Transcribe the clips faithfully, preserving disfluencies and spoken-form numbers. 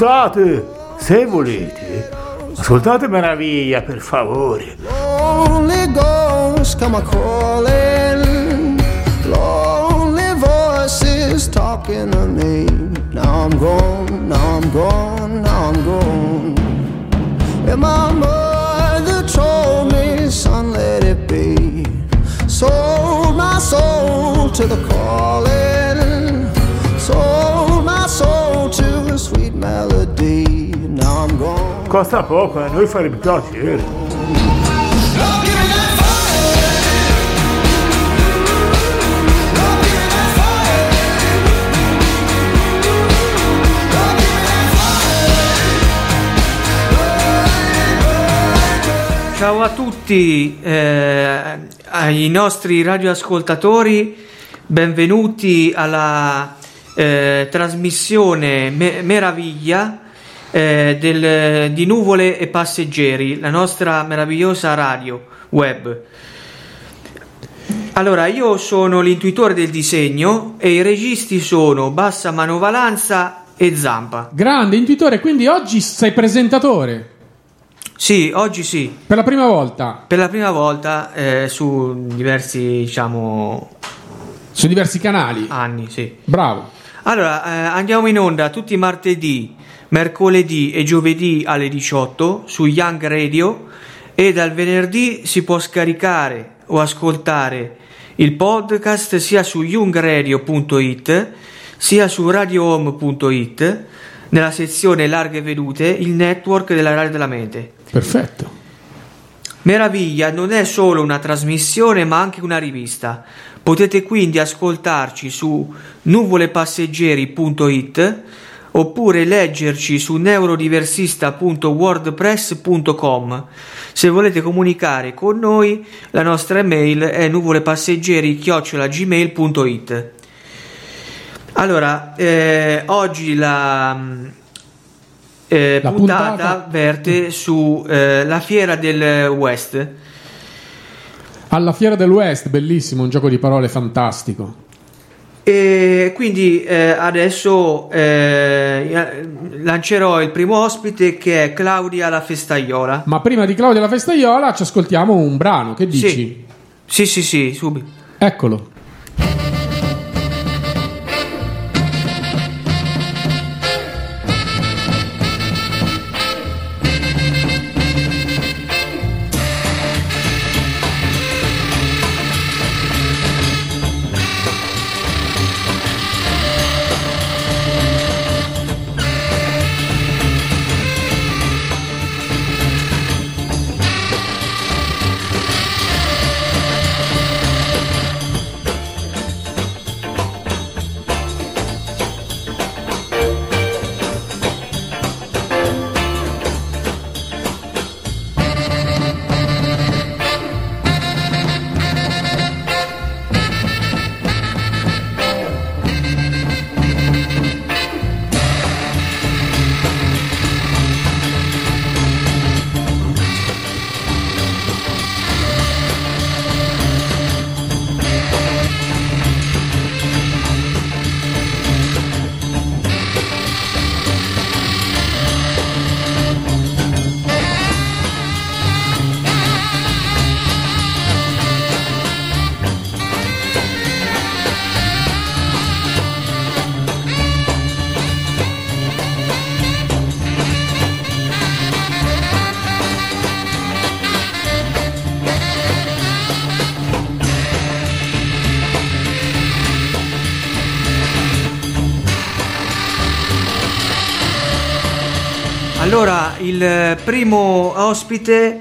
Scusate, se volete, ascoltate Meraviglia, per favore. Lonely ghosts come a calling, lonely voices talking to me. Now I'm gone, now I'm gone, now I'm gone. And my mother told me, son, let it be. Sold my soul to the calling, sold my soul to a sweet melody. Now I'm gone. Costa poco, a noi farebbe piacere. Ciao a tutti, eh, ai nostri radioascoltatori, benvenuti alla eh, trasmissione Me- Meraviglia eh, del, di Nuvole e Passeggeri, la nostra meravigliosa radio web. Allora, io sono l'intuitore del disegno e i registi sono Bassa Manovalanza e Zampa. Grande intuitore, quindi oggi sei presentatore? Sì, oggi sì. Per la prima volta? Per la prima volta eh, su diversi, diciamo... Su diversi canali? Anni, sì. Bravo. Allora, eh, andiamo in onda tutti i martedì, mercoledì e giovedì alle diciotto su Young Radio, e dal venerdì si può scaricare o ascoltare il podcast sia su young radio punto it sia su radio home punto it nella sezione Larghe Vedute, il network della Radio della Mente. Perfetto. Meraviglia non è solo una trasmissione ma anche una rivista. Potete quindi ascoltarci su nuvolepasseggeri punto it oppure leggerci su neurodiversista punto wordpress punto com. Se volete comunicare con noi, la nostra email è nuvolepasseggeri chiocciola gmail punto it. Allora, eh, oggi la, eh, la puntata, puntata verte su eh, la Fiera del West. Alla Fiera del West, bellissimo, un gioco di parole fantastico. E quindi eh, adesso eh, lancerò il primo ospite, che è Claudia la Festaiola. Ma prima di Claudia la Festaiola ci ascoltiamo un brano, che dici? Sì, sì, sì, sì, subito. Eccolo. Allora, il primo ospite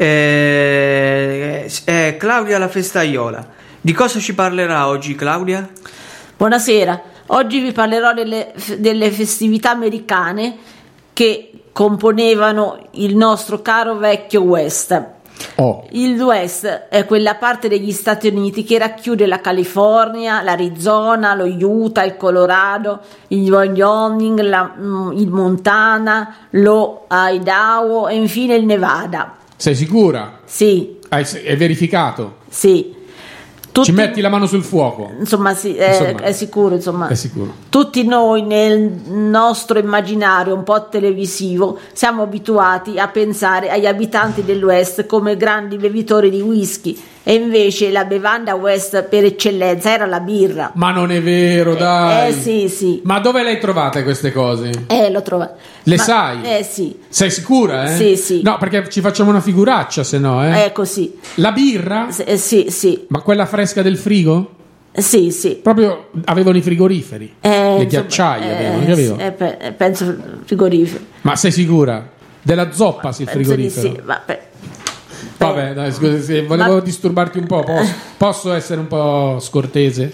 è, è Claudia la Festaiola. Di cosa ci parlerà oggi, Claudia? Buonasera, oggi vi parlerò delle, delle festività americane che componevano il nostro caro vecchio West. Oh. Il West è quella parte degli Stati Uniti che racchiude la California, l'Arizona, lo Utah, il Colorado, il Wyoming, la, il Montana, lo Idaho e infine il Nevada. Sei sicura? Sì. Hai, è verificato? Sì. Tutti, ci metti la mano sul fuoco. Insomma, sì, è, Insomma, è sicuro, insomma. È sicuro. Tutti noi nel nostro immaginario un po' televisivo siamo abituati a pensare agli abitanti dell'West come grandi bevitori di whisky, e invece la bevanda West per eccellenza era la birra. Ma non è vero, dai. Eh, eh sì, sì. Ma dove le hai trovate queste cose? Eh, l'ho trovato. Le Ma- sai? Eh sì. Sei sicura, eh? Sì, sì. No, perché ci facciamo una figuraccia, se no, eh? È così. La birra? S- eh, sì, sì. Ma quella fresca del frigo? Sì, sì. Proprio avevano i frigoriferi. Eh, Le insomma, ghiacciaie eh, avevano, che avevo? sì, eh, pe- eh, penso frigorifero. Ma sei sicura? Della zoppa, sì, il Penso di frigorifero. sì, ma pe- Vabbè, dai, scusa, sì, volevo Ma- disturbarti un po'. Posso, posso essere un po' scortese?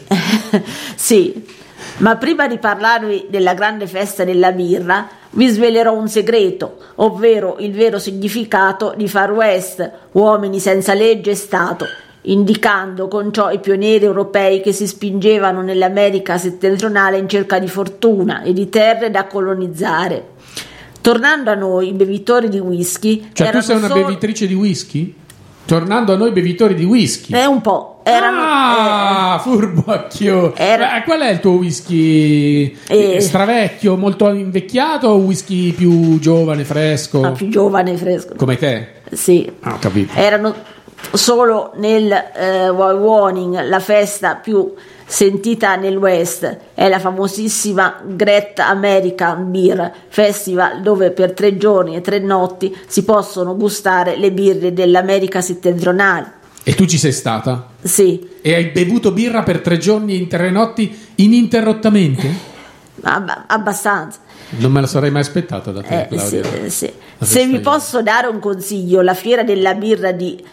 Sì, ma prima di parlarvi della grande festa della birra, vi svelerò un segreto, ovvero il vero significato di Far West, uomini senza legge e Stato, indicando con ciò i pionieri europei che si spingevano nell'America settentrionale in cerca di fortuna e di terre da colonizzare. Tornando a noi, i bevitori di whisky Cioè, tu erano sei una solo- bevitrice di whisky? Tornando a noi bevitori di whisky. Eh, un po'. Erano, ah, furbacchio. Era- Eh, qual è il tuo whisky? Eh. Stravecchio, molto invecchiato o whisky più giovane, fresco? eh, più giovane e fresco. Come te? Sì. Ah, ho capito. Erano solo nel eh, Wyoming, la festa più sentita nel West è la famosissima Great American Beer Festival, dove per tre giorni e tre notti si possono gustare le birre dell'America settentrionale. E tu ci sei stata? Sì, E hai bevuto birra per tre giorni e tre notti ininterrottamente? ab- abbastanza. Non me la sarei mai aspettata da te, Eh, sì, Claudia. eh, sì. La Se vi festa posso dare un consiglio, la fiera della birra di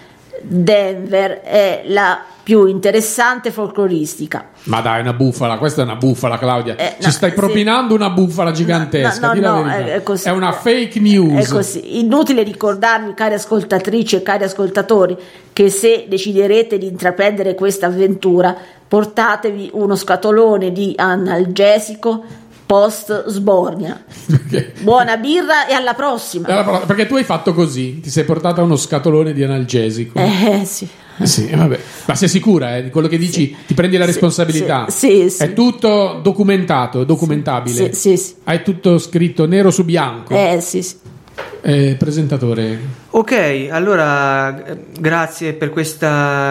Denver è la più interessante e folcloristica. Ma dai, una bufala, questa è una bufala, Claudia. Eh, Ci no, stai sì. propinando una bufala gigantesca. No, no, di la no, verità. è- è così. È una fake news. È così. Inutile ricordarvi, cari ascoltatrici e cari ascoltatori, che se deciderete di intraprendere questa avventura, portatevi uno scatolone di analgesico post sbornia. Perché? Buona birra e alla prossima. Alla parola- Perché tu hai fatto così, ti sei portata uno scatolone di analgesico. Eh sì. Eh sì, eh, vabbè. Ma sei sicura eh, di quello che dici? Ti prendi la Sì, responsabilità? sì, sì, sì. È tutto documentato, documentabile. Sì, sì, sì. Hai tutto scritto nero su bianco. Eh sì, sì. Eh, presentatore. Ok, allora eh, grazie per questo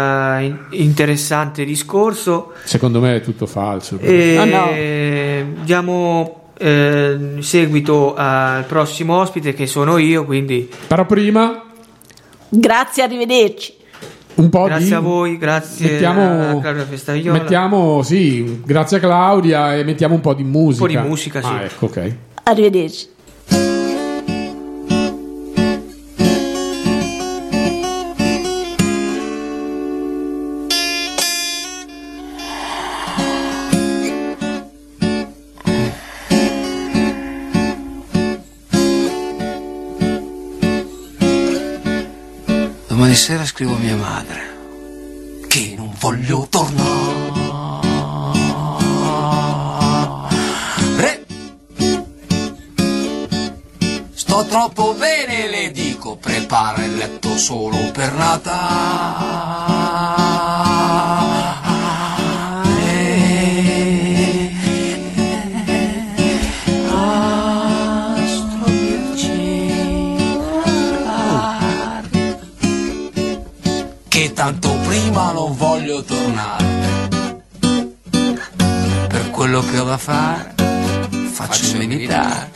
interessante discorso. Secondo me è tutto falso. E No, no. diamo eh, seguito al prossimo ospite, che sono io, quindi Però prima Grazie, arrivederci. un po' grazie di... a voi, grazie Mettiamo, a Claudia Festaiola. mettiamo, sì, grazie a Claudia e mettiamo un po' di musica. Un po' di musica, sì. Ah, ecco, ok. Arrivederci. Domani sera scrivo a mia madre che non voglio tornare. Sto troppo bene, le dico, prepara il letto solo per Natale. Astro circolare, che tanto prima non voglio tornare. Per quello che ho da fare faccio il militare.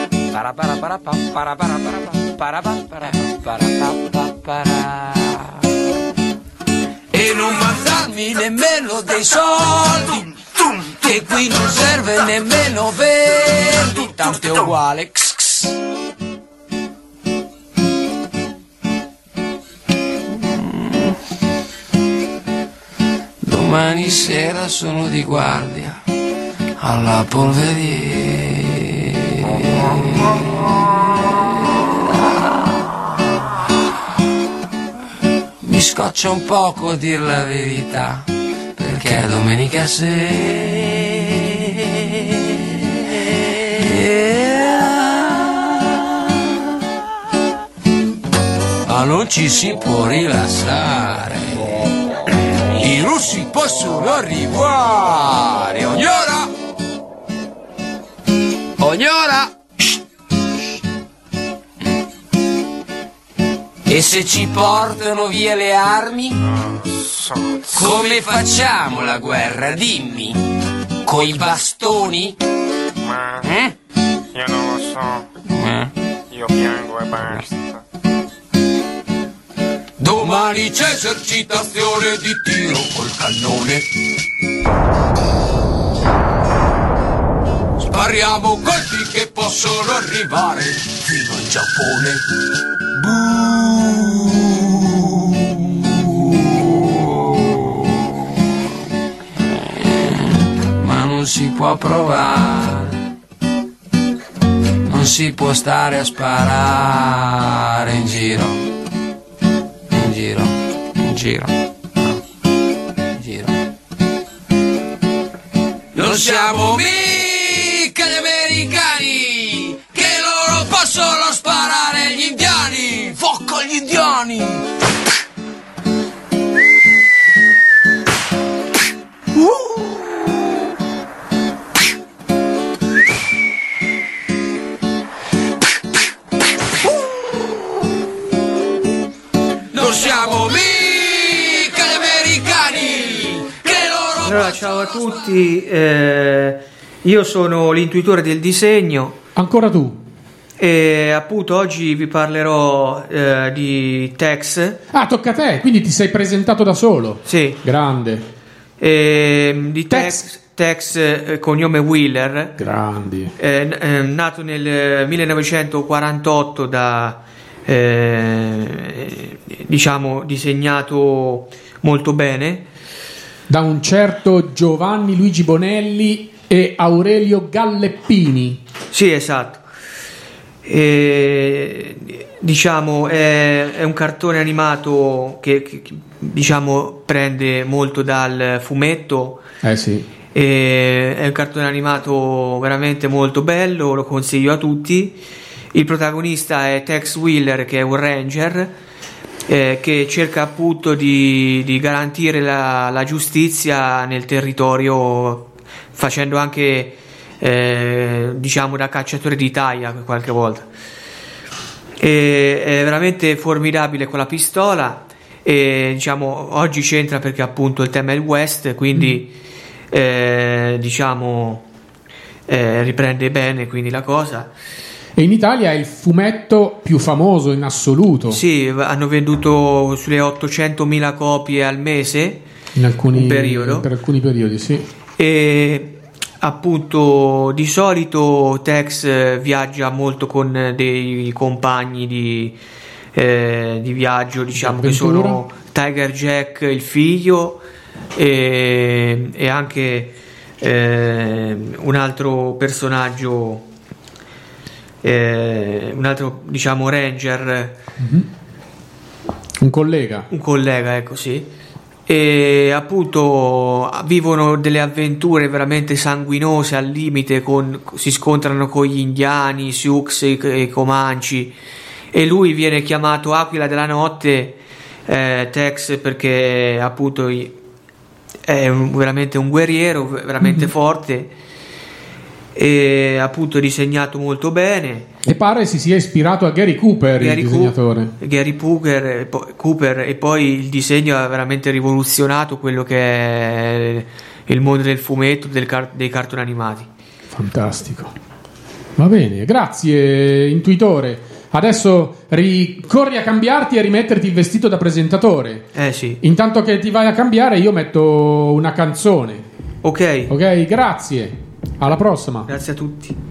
E non mandarmi nemmeno dei soldi, che qui non serve nemmeno verdi, tanto è uguale. X, x. Domani sera sono di guardia alla polveriera. Mi scoccia un poco a dir la verità, perché è domenica sera, ma non ci si può rilassare. I russi non si possono arrivare. Ogni ora, ogni ora. E se ci portano via le armi? Come facciamo la guerra, dimmi? Coi bastoni? Ma Eh? io non lo so, Eh? io piango e basta. Domani c'è esercitazione di tiro col cannone. Spariamo colpi che possono arrivare fino al Giappone. Buh. Ma non si può provare, non si può stare a sparare in giro. In giro, in giro, in giro. Non siamo mica gli americani, che loro possono sparare agli indiani. Fuoco agli indiani. Non siamo mica gli americani, che loro Allora, ciao a tutti, eh, io sono l'intuitore del disegno Ancora tu? e appunto oggi vi parlerò eh, di Tex. Ah, tocca a te, quindi ti sei presentato da solo. Sì, Grande, ehm, di Tex. Tex, Tex eh, cognome Wheeler, grandi. eh, n- eh, nato nel millenovecentoquarantotto da eh, diciamo disegnato molto bene. Da un certo Giovanni Luigi Bonelli e Aurelio Galleppini. Sì, esatto. E, diciamo è, è un cartone animato che, che, diciamo prende molto dal fumetto. Eh sì. E è un cartone animato veramente molto bello, lo consiglio a tutti. Il protagonista è Tex Wheeler, che è un ranger eh, che cerca appunto di, di garantire la, la giustizia nel territorio, facendo anche eh, diciamo da cacciatore di taglia qualche volta. E, è veramente formidabile con la pistola e diciamo oggi c'entra perché appunto il tema è il West, quindi eh, diciamo eh, riprende bene quindi la cosa. E in Italia è il fumetto più famoso in assoluto. Sì, hanno venduto sulle ottocentomila copie al mese In alcuni un periodo. Per alcuni periodi, sì. E appunto di solito Tex eh, viaggia molto con dei compagni di, eh, di viaggio, diciamo, che avventura. sono Tiger Jack il figlio e, e anche eh, un altro personaggio, eh, un altro diciamo ranger, Un collega. un collega, ecco, sì. E appunto vivono delle avventure veramente sanguinose al limite, con, si scontrano con gli indiani, Sioux e, e Comanci, e lui viene chiamato Aquila della Notte, eh, Tex, perché appunto è un, veramente un guerriero, veramente Mm-hmm. forte, e appunto disegnato molto bene. E pare si sia ispirato a Gary Cooper, Gary il Coo- disegnatore. Gary Cooper e, poi, Cooper, e poi il disegno ha veramente rivoluzionato quello che è il mondo del fumetto, del car- dei cartoni animati. Fantastico. Va bene, grazie intuitore. Adesso ricorri a cambiarti e rimetterti il vestito da presentatore. Eh sì, Intanto che ti vai a cambiare io metto una canzone. ok, Ok, grazie. Alla prossima. grazie a tutti.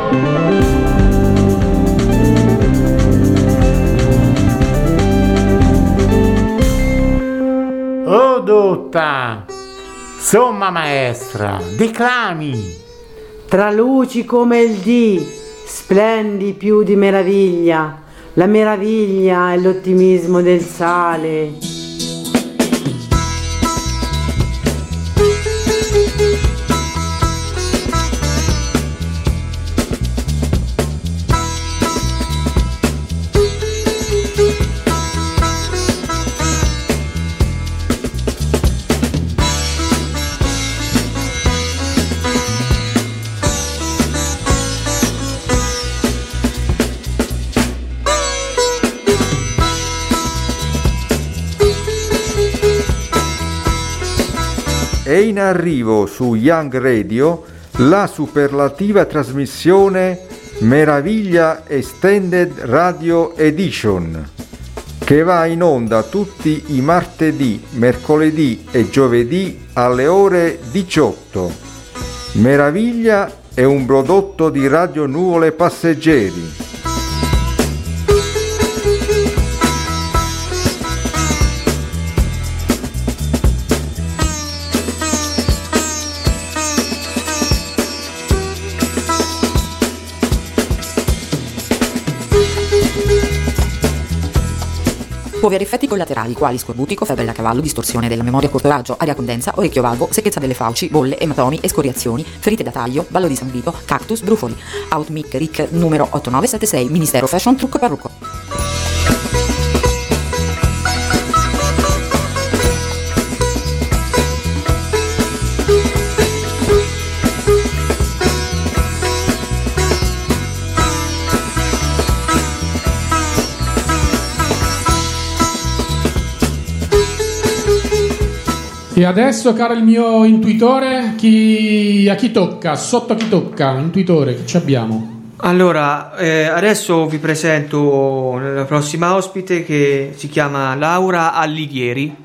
Oh dotta, somma maestra, declami. Tra luci come il dì, splendi più di meraviglia. La meraviglia è l'ottimismo del sale. È in arrivo su Young Radio la superlativa trasmissione Meraviglia Extended Radio Edition, che va in onda tutti i martedì, mercoledì e giovedì alle ore diciotto. Meraviglia è un prodotto di Radio Nuvole Passeggeri. Può avere effetti collaterali quali scorbutico, febbre da cavallo, distorsione della memoria a corto raggio, aria condensa, orecchio valvo, secchezza delle fauci, bolle, ematomi, escoriazioni, ferite da taglio, ballo di sanguito, cactus, brufoli. Outmic Ric numero otto nove sette sei, Ministero Fashion Trucco Parrucco. E adesso, caro il mio intuitore, chi, a chi tocca? Sotto chi tocca? Intuitore, chi ci abbiamo? Allora, eh, adesso vi presento la prossima ospite che si chiama Laura Allighieri.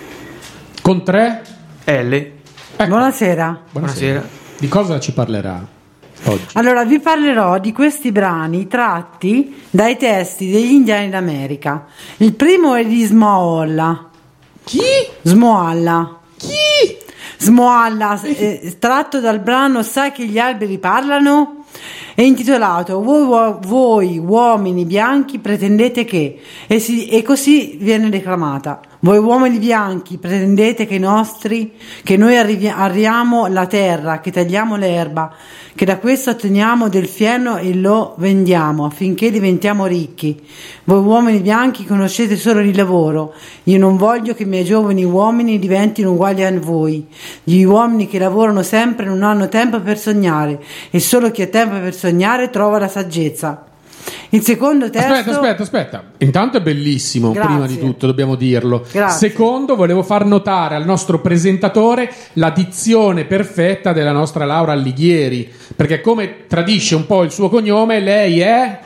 Con tre L. Ecco. Buonasera. Buonasera. Buonasera. Di cosa ci parlerà oggi? Allora, vi parlerò di questi brani tratti dai testi degli indiani d'America. Il primo è di Smoalla. Chi? Smoalla. Chi? Smoalla, eh, tratto dal brano Sai che gli alberi parlano? È intitolato Voi, voi uomini bianchi pretendete che, e, si, e così viene declamata. Voi uomini bianchi pretendete che i nostri, che noi arrivi, arriamo la terra, che tagliamo l'erba, che da questo otteniamo del fieno e lo vendiamo affinché diventiamo ricchi. Voi uomini bianchi conoscete solo il lavoro. Io non voglio che i miei giovani uomini diventino uguali a voi. Gli uomini che lavorano sempre non hanno tempo per sognare, e solo chi ha tempo per sognare trova la saggezza. Il secondo testo. Aspetta, aspetta, aspetta. Intanto è bellissimo, Grazie. prima di tutto, dobbiamo dirlo. Grazie. Secondo, volevo far notare al nostro presentatore la dizione perfetta della nostra Laura Allighieri, perché come tradisce un po' il suo cognome, lei è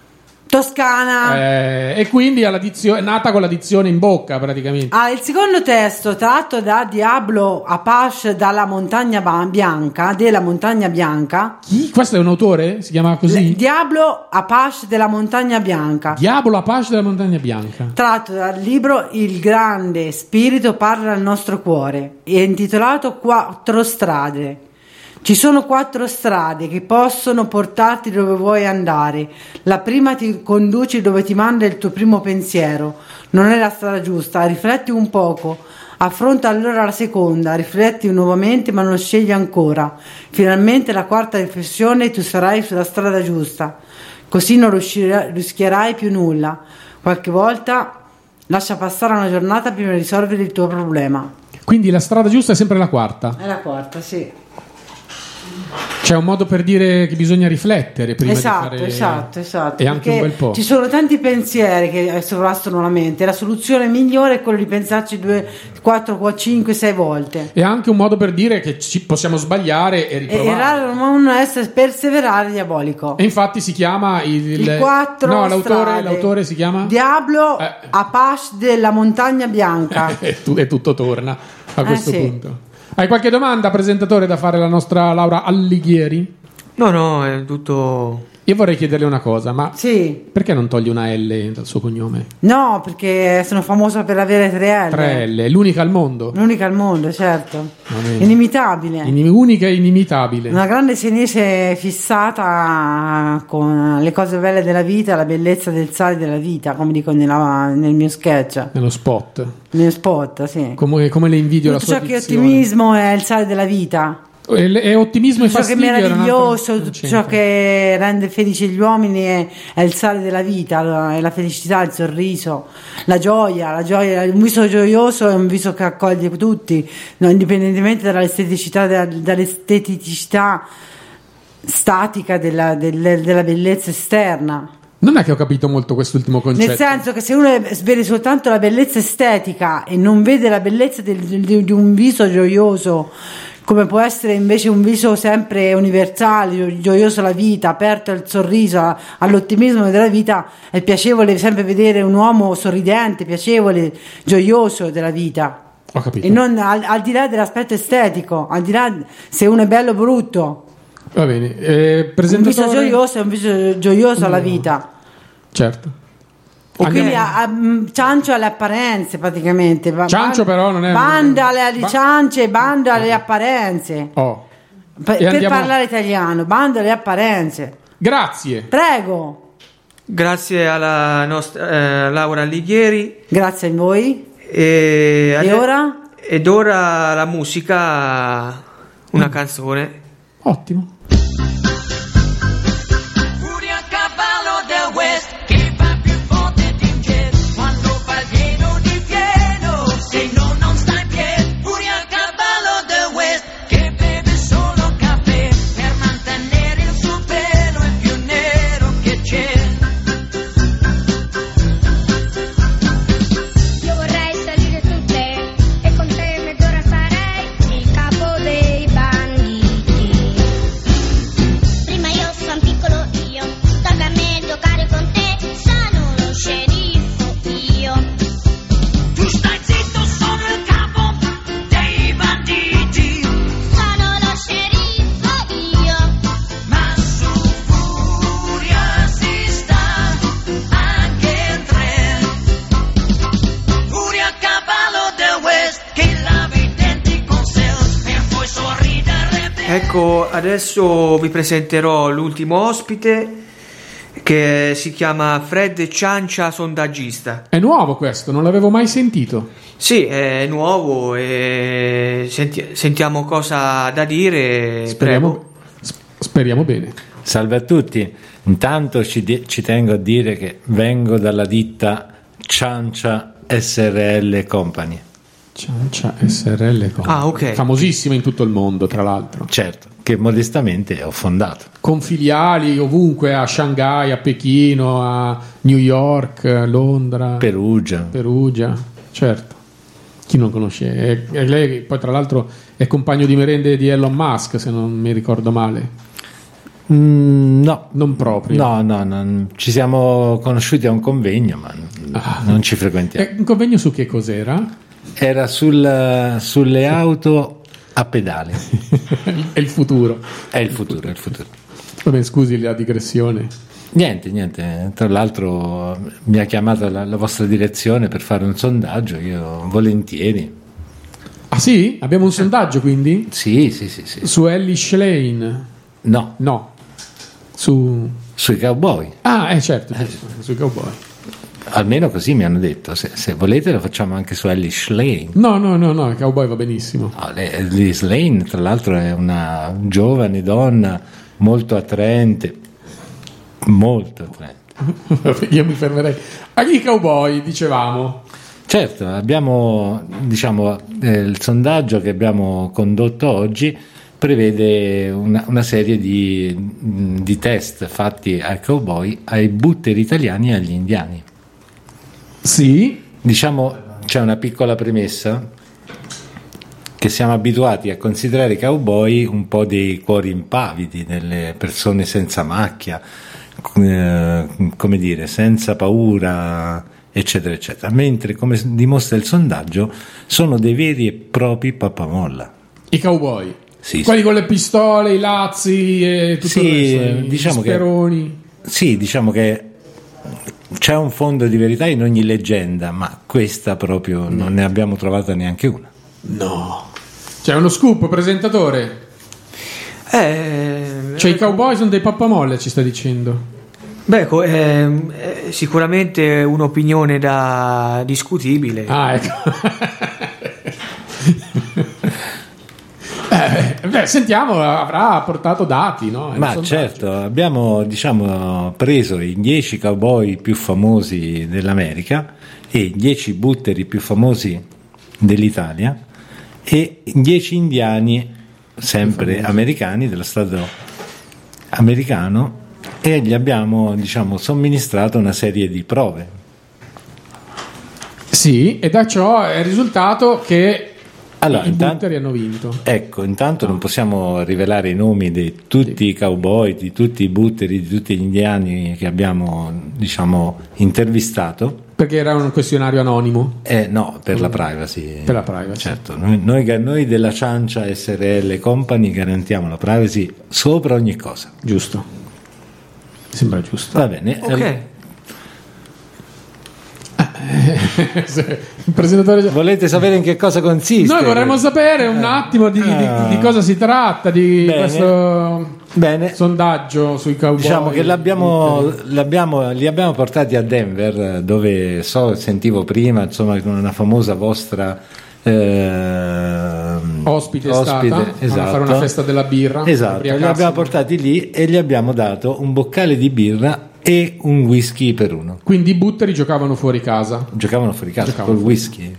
Toscana. eh, e quindi ha la dizio- è nata con la dizione in bocca praticamente. Ah, il secondo testo, tratto da Diablo Apache dalla Montagna Ba- Bianca, della Montagna Bianca. Chi? Questo è un autore? Si chiama così? Diablo Apache della Montagna Bianca. Diablo Apache della Montagna Bianca. Tratto dal libro Il grande spirito parla al nostro cuore. È intitolato Quattro strade. Ci sono quattro strade che possono portarti dove vuoi andare. La prima ti conduce dove ti manda il tuo primo pensiero. Non è la strada giusta, rifletti un poco. Affronta allora la seconda, rifletti nuovamente ma non scegli ancora. Finalmente la quarta riflessione e tu sarai sulla strada giusta. Così non riuscirai, rischierai più nulla. Qualche volta lascia passare una giornata prima di risolvere il tuo problema. Quindi la strada giusta è sempre la quarta. È la quarta, sì. C'è un modo per dire che bisogna riflettere prima Esatto, di fare... esatto, esatto. E anche un bel po'. Ci sono tanti pensieri che sovrastano la mente. La soluzione migliore è quella di pensarci due, quattro, cinque, sei volte. E anche un modo per dire che ci possiamo sbagliare e E riprovare. errare non essere perseverare diabolico. E infatti si chiama il, Il quattro no, l'autore, strade. l'autore si chiama Diablo Eh. Apache della Montagna Bianca. e, tu- e tutto torna a Eh, questo sì. punto. Hai qualche domanda, presentatore, da fare alla nostra Laura Allighieri? No, no, è tutto... Io vorrei chiederle una cosa, ma Sì. perché non toglie una L dal suo cognome? No, perché sono famosa per avere tre L. Tre L, l'unica al mondo. L'unica al mondo, certo. Va bene. Inimitabile. Inim- unica e inimitabile. Una grande senese fissata con le cose belle della vita, la bellezza del sale della vita, come dico nella- nel mio sketch, Nello spot. nel mio spot, sì. Come, come le invidio la Tutto sua ciò che è dizione. ottimismo è il sale della vita. E, e ottimismo e Tutto ciò che è fastidio era un'altra- meraviglioso, non tutto c'entra. ciò che rende felici gli uomini è, è il sale della vita, la- è la felicità, il sorriso, la gioia, la gioia. Un viso gioioso è un viso che accoglie tutti, no, indipendentemente dall'esteticità, dalla- dall'esteticità statica della, del- della bellezza esterna. Non è che ho capito molto quest'ultimo concetto. Nel senso che se uno vede soltanto la bellezza estetica e non vede la bellezza del- di, di un viso gioioso, come può essere invece un viso sempre universale, gioioso alla vita, aperto al sorriso, all'ottimismo della vita, è piacevole sempre vedere un uomo sorridente, piacevole, gioioso della vita. Ho capito. E non al, al di là dell'aspetto estetico, al di là se uno è bello o brutto. Va bene. Eh, Un presentatore... viso gioioso è un viso gioioso alla vita. Certo. Quindi a, a, mh, ciancio alle apparenze praticamente. Ba- Ciancio però non è- Banda alle, alle Ba- ciance, banda alle apparenze. Oh. Per, E per andiamo- parlare italiano, banda alle apparenze. Grazie. Prego. Grazie alla nostra eh, Laura Alighieri. Grazie a voi. E, ade- ora? Ed ora la musica, una canzone. Ottimo. Furia a cavallo del West che va più forte di un jet quando fa il pieno di pieno, se no non sta in piedi. Furia a cavallo del West che beve solo caffè per mantenere il suo pelo il più nero che c'è. Io vorrei salire su te e con te mezz'ora sarei il capo dei banditi. Prima io sono piccolo io, tocca a me giocare con te, sono lo sceriffo io. Tu stai zitto, sono il capo dei banditi. Sono lo sceriffo io. Ma su Furia si sta anche in tre. Furia a cavallo del West che lava i denti con Sales per poi sorridere bene. Ecco, adesso vi presenterò l'ultimo ospite che si chiama Fred Ciancia Sondaggista. È nuovo questo, non l'avevo mai sentito. Sì, è nuovo e senti- sentiamo cosa ha da dire. Speriamo, Prego. sp- speriamo bene. Salve a tutti, intanto ci, di- ci tengo a dire che vengo dalla ditta Ciancia S R L Company. Ciancia S R L Company. Ah, ok. Famosissima in tutto il mondo, tra l'altro. Certo, che modestamente ho fondato. Con filiali ovunque, a Shanghai, a Pechino, a New York, a Londra, Perugia. Perugia, certo. Chi non conosce? E, e lei poi tra l'altro è compagno di merende di Elon Musk, se non mi ricordo male. Mm, no, Non proprio. no, no, no, ci siamo conosciuti a un convegno, ma n- Ah. non ci frequentiamo. E un convegno su che cos'era? Era sul- sulle auto a pedali. È il futuro. È il futuro, è il futuro. Vabbè, scusi la digressione. Niente, niente. Tra l'altro mi ha chiamato la, la vostra direzione per fare un sondaggio, io volentieri. Ah sì? Abbiamo un sondaggio quindi? Sì, sì, sì, sì. Su Ellie Schlein? No, No. Su... sui cowboy. Ah, eh certo, giusto, sui cowboy. Almeno così mi hanno detto. Se, se volete lo facciamo anche su Ellie Schlein. No, no, no, no, il cowboy va benissimo. No, le- Ellie Schlein, tra l'altro, è una giovane donna molto attraente. Molto attraente. Io mi fermerei. Agli cowboy, dicevamo. Certo, abbiamo, diciamo, eh, il sondaggio che abbiamo condotto oggi prevede una, una serie di, di test fatti ai cowboy, ai butteri italiani e agli indiani. Sì. Diciamo, c'è una piccola premessa, che siamo abituati a considerare i cowboy un po' dei cuori impavidi, delle persone senza macchia, eh, come dire, senza paura, eccetera, eccetera. Mentre, come dimostra il sondaggio, sono dei veri e propri pappamolla. I cowboy. sì, Quelli sì. con le pistole, i lazzi e tutto Sì, il resto, i diciamo che- speroni. Sì, diciamo che c'è un fondo di verità in ogni leggenda, ma questa proprio non ne abbiamo trovata neanche una. No. C'è uno scoop, presentatore. Eh, Cioè, i cowboy sono dei pappamolle, ci sta dicendo. Beh, co- è, è sicuramente un'opinione da discutibile. Ah, ecco. eh, beh, sentiamo, avrà portato dati, no? È un Ma sondaggio. certo, abbiamo diciamo preso i dieci cowboy più famosi dell'America e i dieci butteri più famosi dell'Italia e dieci indiani sempre americani dello stato americano e gli abbiamo diciamo somministrato una serie di prove. Sì, e da ciò è il risultato che Allora, i intanto- butteri hanno vinto. Ecco, intanto non possiamo rivelare i nomi di tutti i cowboy, di tutti i butteri, di tutti gli indiani che abbiamo diciamo intervistato. Perché era un questionario anonimo. Eh, no, per la privacy. Per la privacy. Certo, noi, noi, noi della Ciancia S R L Company garantiamo la privacy sopra ogni cosa. Giusto. Sembra giusto. Va bene. Ok. eh, Il presentatore... Volete sapere in che cosa consiste? Noi vorremmo sapere un attimo di, di- Ah. di cosa si tratta, di Bene. questo Bene. sondaggio sui cowboy. Diciamo che l'abbiamo, l'abbiamo- li abbiamo portati a Denver, dove so, sentivo prima, insomma, con una famosa vostra ehm, Ospite è stata, vanno a esatto. fare una festa della birra, Esatto, li ubriacarsi. abbiamo portati lì e gli abbiamo dato un boccale di birra e un whisky per uno. Quindi i butteri giocavano fuori casa. Giocavano fuori casa Giocavano col fuori. whisky.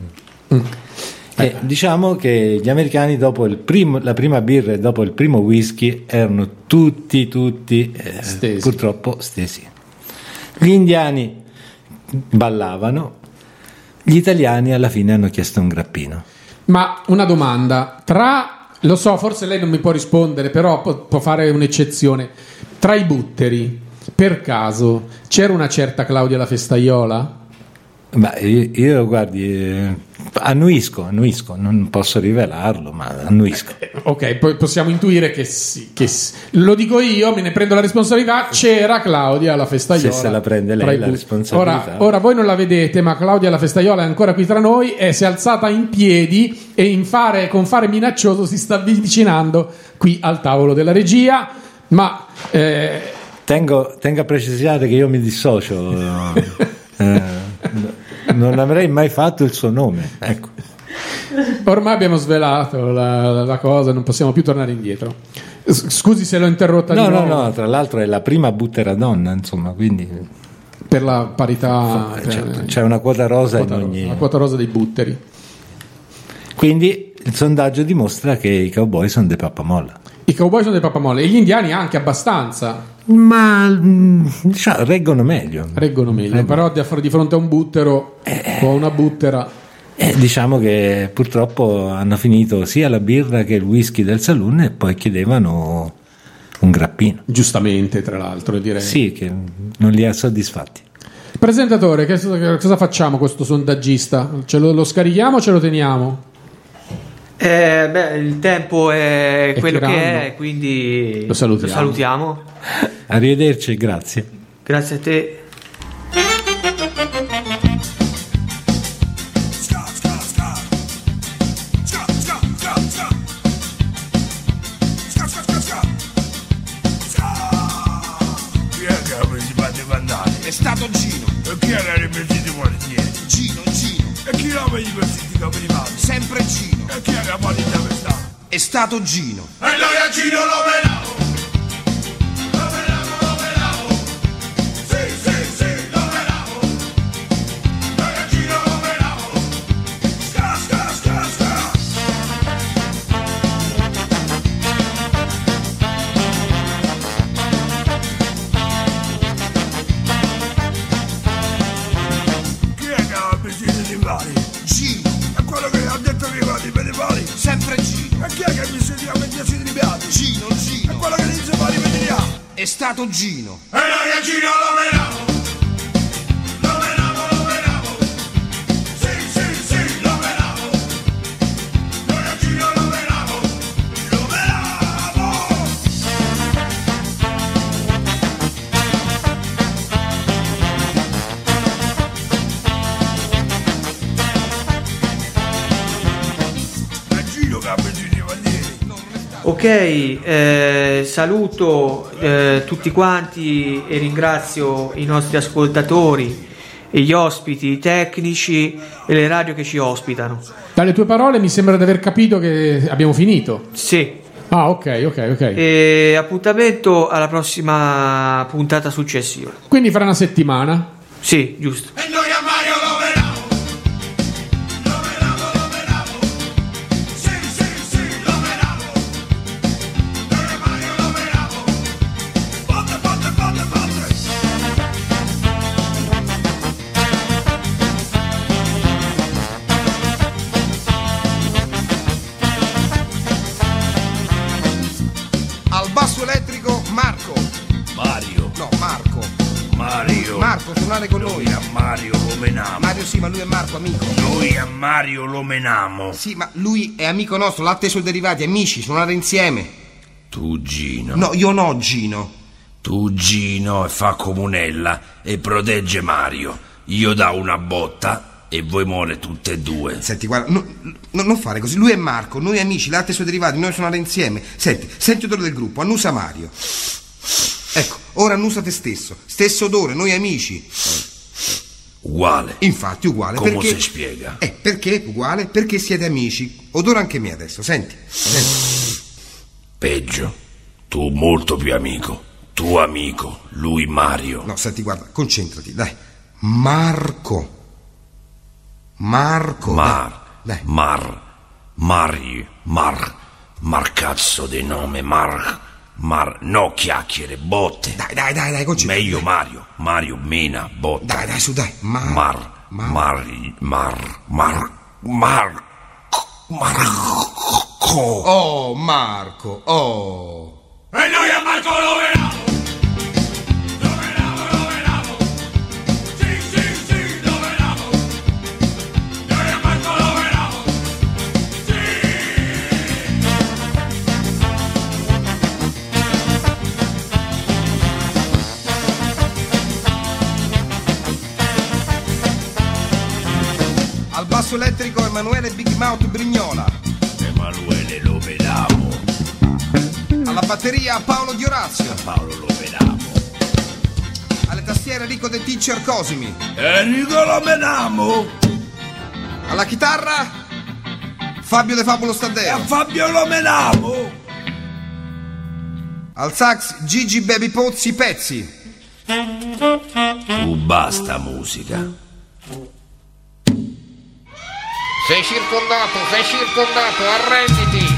E diciamo che gli americani dopo il primo, la prima birra e dopo il primo whisky erano tutti tutti eh, Stesi. purtroppo stesi. Gli indiani ballavano, gli italiani alla fine hanno chiesto un grappino. Ma una domanda, tra, lo so, forse lei non mi può rispondere, però può, può fare un'eccezione. Tra i butteri, per caso, c'era una certa Claudia la Festaiola? Ma io, io, guardi, eh, annuisco, annuisco, non posso rivelarlo, ma annuisco. Ok, poi possiamo intuire che sì, che sì. Lo dico io, me ne prendo la responsabilità, c'era Claudia la Festaiola. Se se la prende lei tra i la butteri. responsabilità. Ora, ora voi non la vedete, ma Claudia la Festaiola è ancora qui tra noi e si è alzata in piedi e in fare, con fare minaccioso si sta avvicinando qui al tavolo della regia, ma... eh, Tengo, tengo a precisare che io mi dissocio, eh, non avrei mai fatto il suo nome. Ecco. ormai abbiamo svelato la, la cosa, non possiamo più tornare indietro. S- Scusi se l'ho interrotta No, di no, nuovo. no, tra l'altro è la prima buttera donna, insomma, quindi Per la parità... per- certo, c'è una quota rosa quota in rosa, ogni... la quota rosa dei butteri. Quindi il sondaggio dimostra che i cowboy sono dei pappamolla. I cowboy sono dei pappamolle e gli indiani anche abbastanza. Ma mm, diciamo, reggono meglio. Reggono meglio, però di di fronte a un buttero o a una buttera. Eh, diciamo che purtroppo hanno finito sia la birra che il whisky del saloon e poi chiedevano un grappino. Giustamente, tra l'altro, direi. Sì, che non li ha soddisfatti. Presentatore, che, che cosa facciamo con questo sondaggista? Ce lo, lo scarichiamo o ce lo teniamo? Eh, beh, il tempo è, È quello tiranno. che è, quindi Lo salutiamo. salutiamo. Arrivederci, grazie. Grazie a te. Chi è che ha preso i panni vandali? È stato Gino. E chi era il vestito guardiere? Gino, Gino. E chi aveva i vestiti capelli mani? Sempre Gino. E chi era pallida questa? È stato Gino. E noi a Gino lo menavo! Lo menavo, lo menavo! Sì, sì, sì, lo menavo! Noi a Gino lo menavo! Sca, sca, sca, sca! Chi è che ha vestiti di mani? Gino. E quello che ha detto che va di medievali? Sempre Gino. E chi è che mi sentiva vestiti di piatti? Gino, Gino. E quello che dice va di medievali? È stato Gino. E noi a Gino lo menavo! Lo menavo, lo menavo! Sì, sì, sì, lo menavo! Noi a Gino lo menavo! Lo menavo! Ok, eh, saluto eh, tutti quanti e ringrazio i nostri ascoltatori, e gli ospiti, i tecnici e le radio che ci ospitano. Dalle tue parole mi sembra di aver capito che abbiamo finito. Sì. Ah, ok, ok, ok. E appuntamento alla prossima puntata successiva. Quindi fra una settimana? Sì, giusto. E noi a Mario lo vediamo, lo vediamo, lo vediamo. Sì, sì, sì, lo vediamo. Noi a Mario lo vediamo. Forte, forte, forte, forte. Al basso elettrico Marco. Mario. No, Marco. Mario. Marco, suonare con noi. Noi a Mario lo menamo. Mario sì, ma lui è Marco, amico. Noi a Mario lo menamo. Sì, ma lui è amico nostro, latte e suoi derivati, amici, suonare insieme. Tu Gino. No, io no, Gino. Tu Gino e fa comunella e protegge Mario. Io da una botta e voi muore tutte e due. Senti, guarda, no, no, non fare così. Lui è Marco, noi amici, latte e suoi derivati, noi suonare insieme. Senti, senti odore del gruppo, annusa Mario. Ecco, ora annusa te stesso. Stesso odore, noi amici. Uguale. Infatti, uguale. Come perché... si spiega? Eh, perché uguale? Perché siete amici. Odora anche me adesso, senti. Senti. Peggio. Tu molto più amico. Tu amico, lui Mario. No, senti, guarda, concentrati, dai. Marco. Marco. Mar. Dai. Mar. Mario. Mar. Mar cazzo di nome, Mar. Mar. No chiacchiere, botte. Dai, dai, dai, dai, concentrati. Meglio Mario. Mario mena, botte. Dai, dai, su, dai. Mar. Mar. Mar. Mar. Mar. Mar. Marco. Oh, Marco, oh. E noi a Marco lo vediamo. Lo vediamo, lo vediamo. Sì, sì, sì, lo vediamo. Noi a Marco lo vediamo. Al basso elettrico Emanuele Big Mouth Brignola. Emanuele lo vediamo. Alla batteria Paolo Di Orazio. Paolo lo vediamo. Alle tastiere Enrico De Teacher Cosimi. Enrico lo vediamo. Alla chitarra Fabio De Fabulo Staddeo. A Fabio lo vediamo. Al sax Gigi Baby Pozzi Pezzi. Tu basta musica. Sei circondato, sei circondato, arrenditi!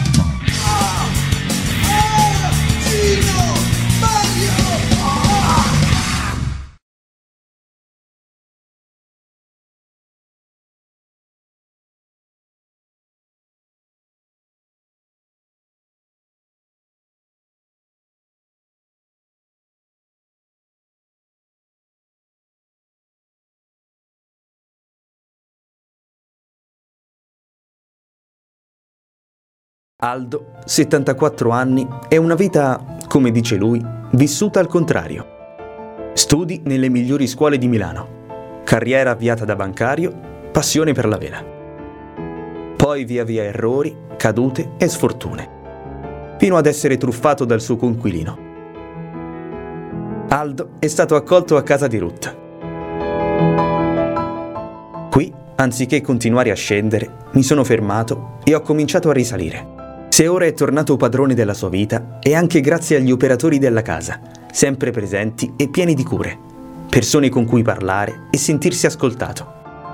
Aldo, settantaquattro anni, è una vita, come dice lui, vissuta al contrario. Studi nelle migliori scuole di Milano, carriera avviata da bancario, passione per la vela. Poi via via errori, cadute e sfortune, fino ad essere truffato dal suo coinquilino. Aldo è stato accolto a casa di Ruth. Qui, anziché continuare a scendere, mi sono fermato e ho cominciato a risalire. Se ora è tornato padrone della sua vita, è anche grazie agli operatori della casa, sempre presenti e pieni di cure, persone con cui parlare e sentirsi ascoltato.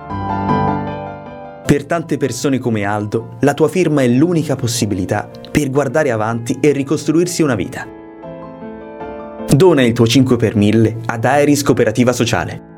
Per tante persone come Aldo, la tua firma è l'unica possibilità per guardare avanti e ricostruirsi una vita. Dona il tuo cinque per mille ad Aeris Cooperativa Sociale.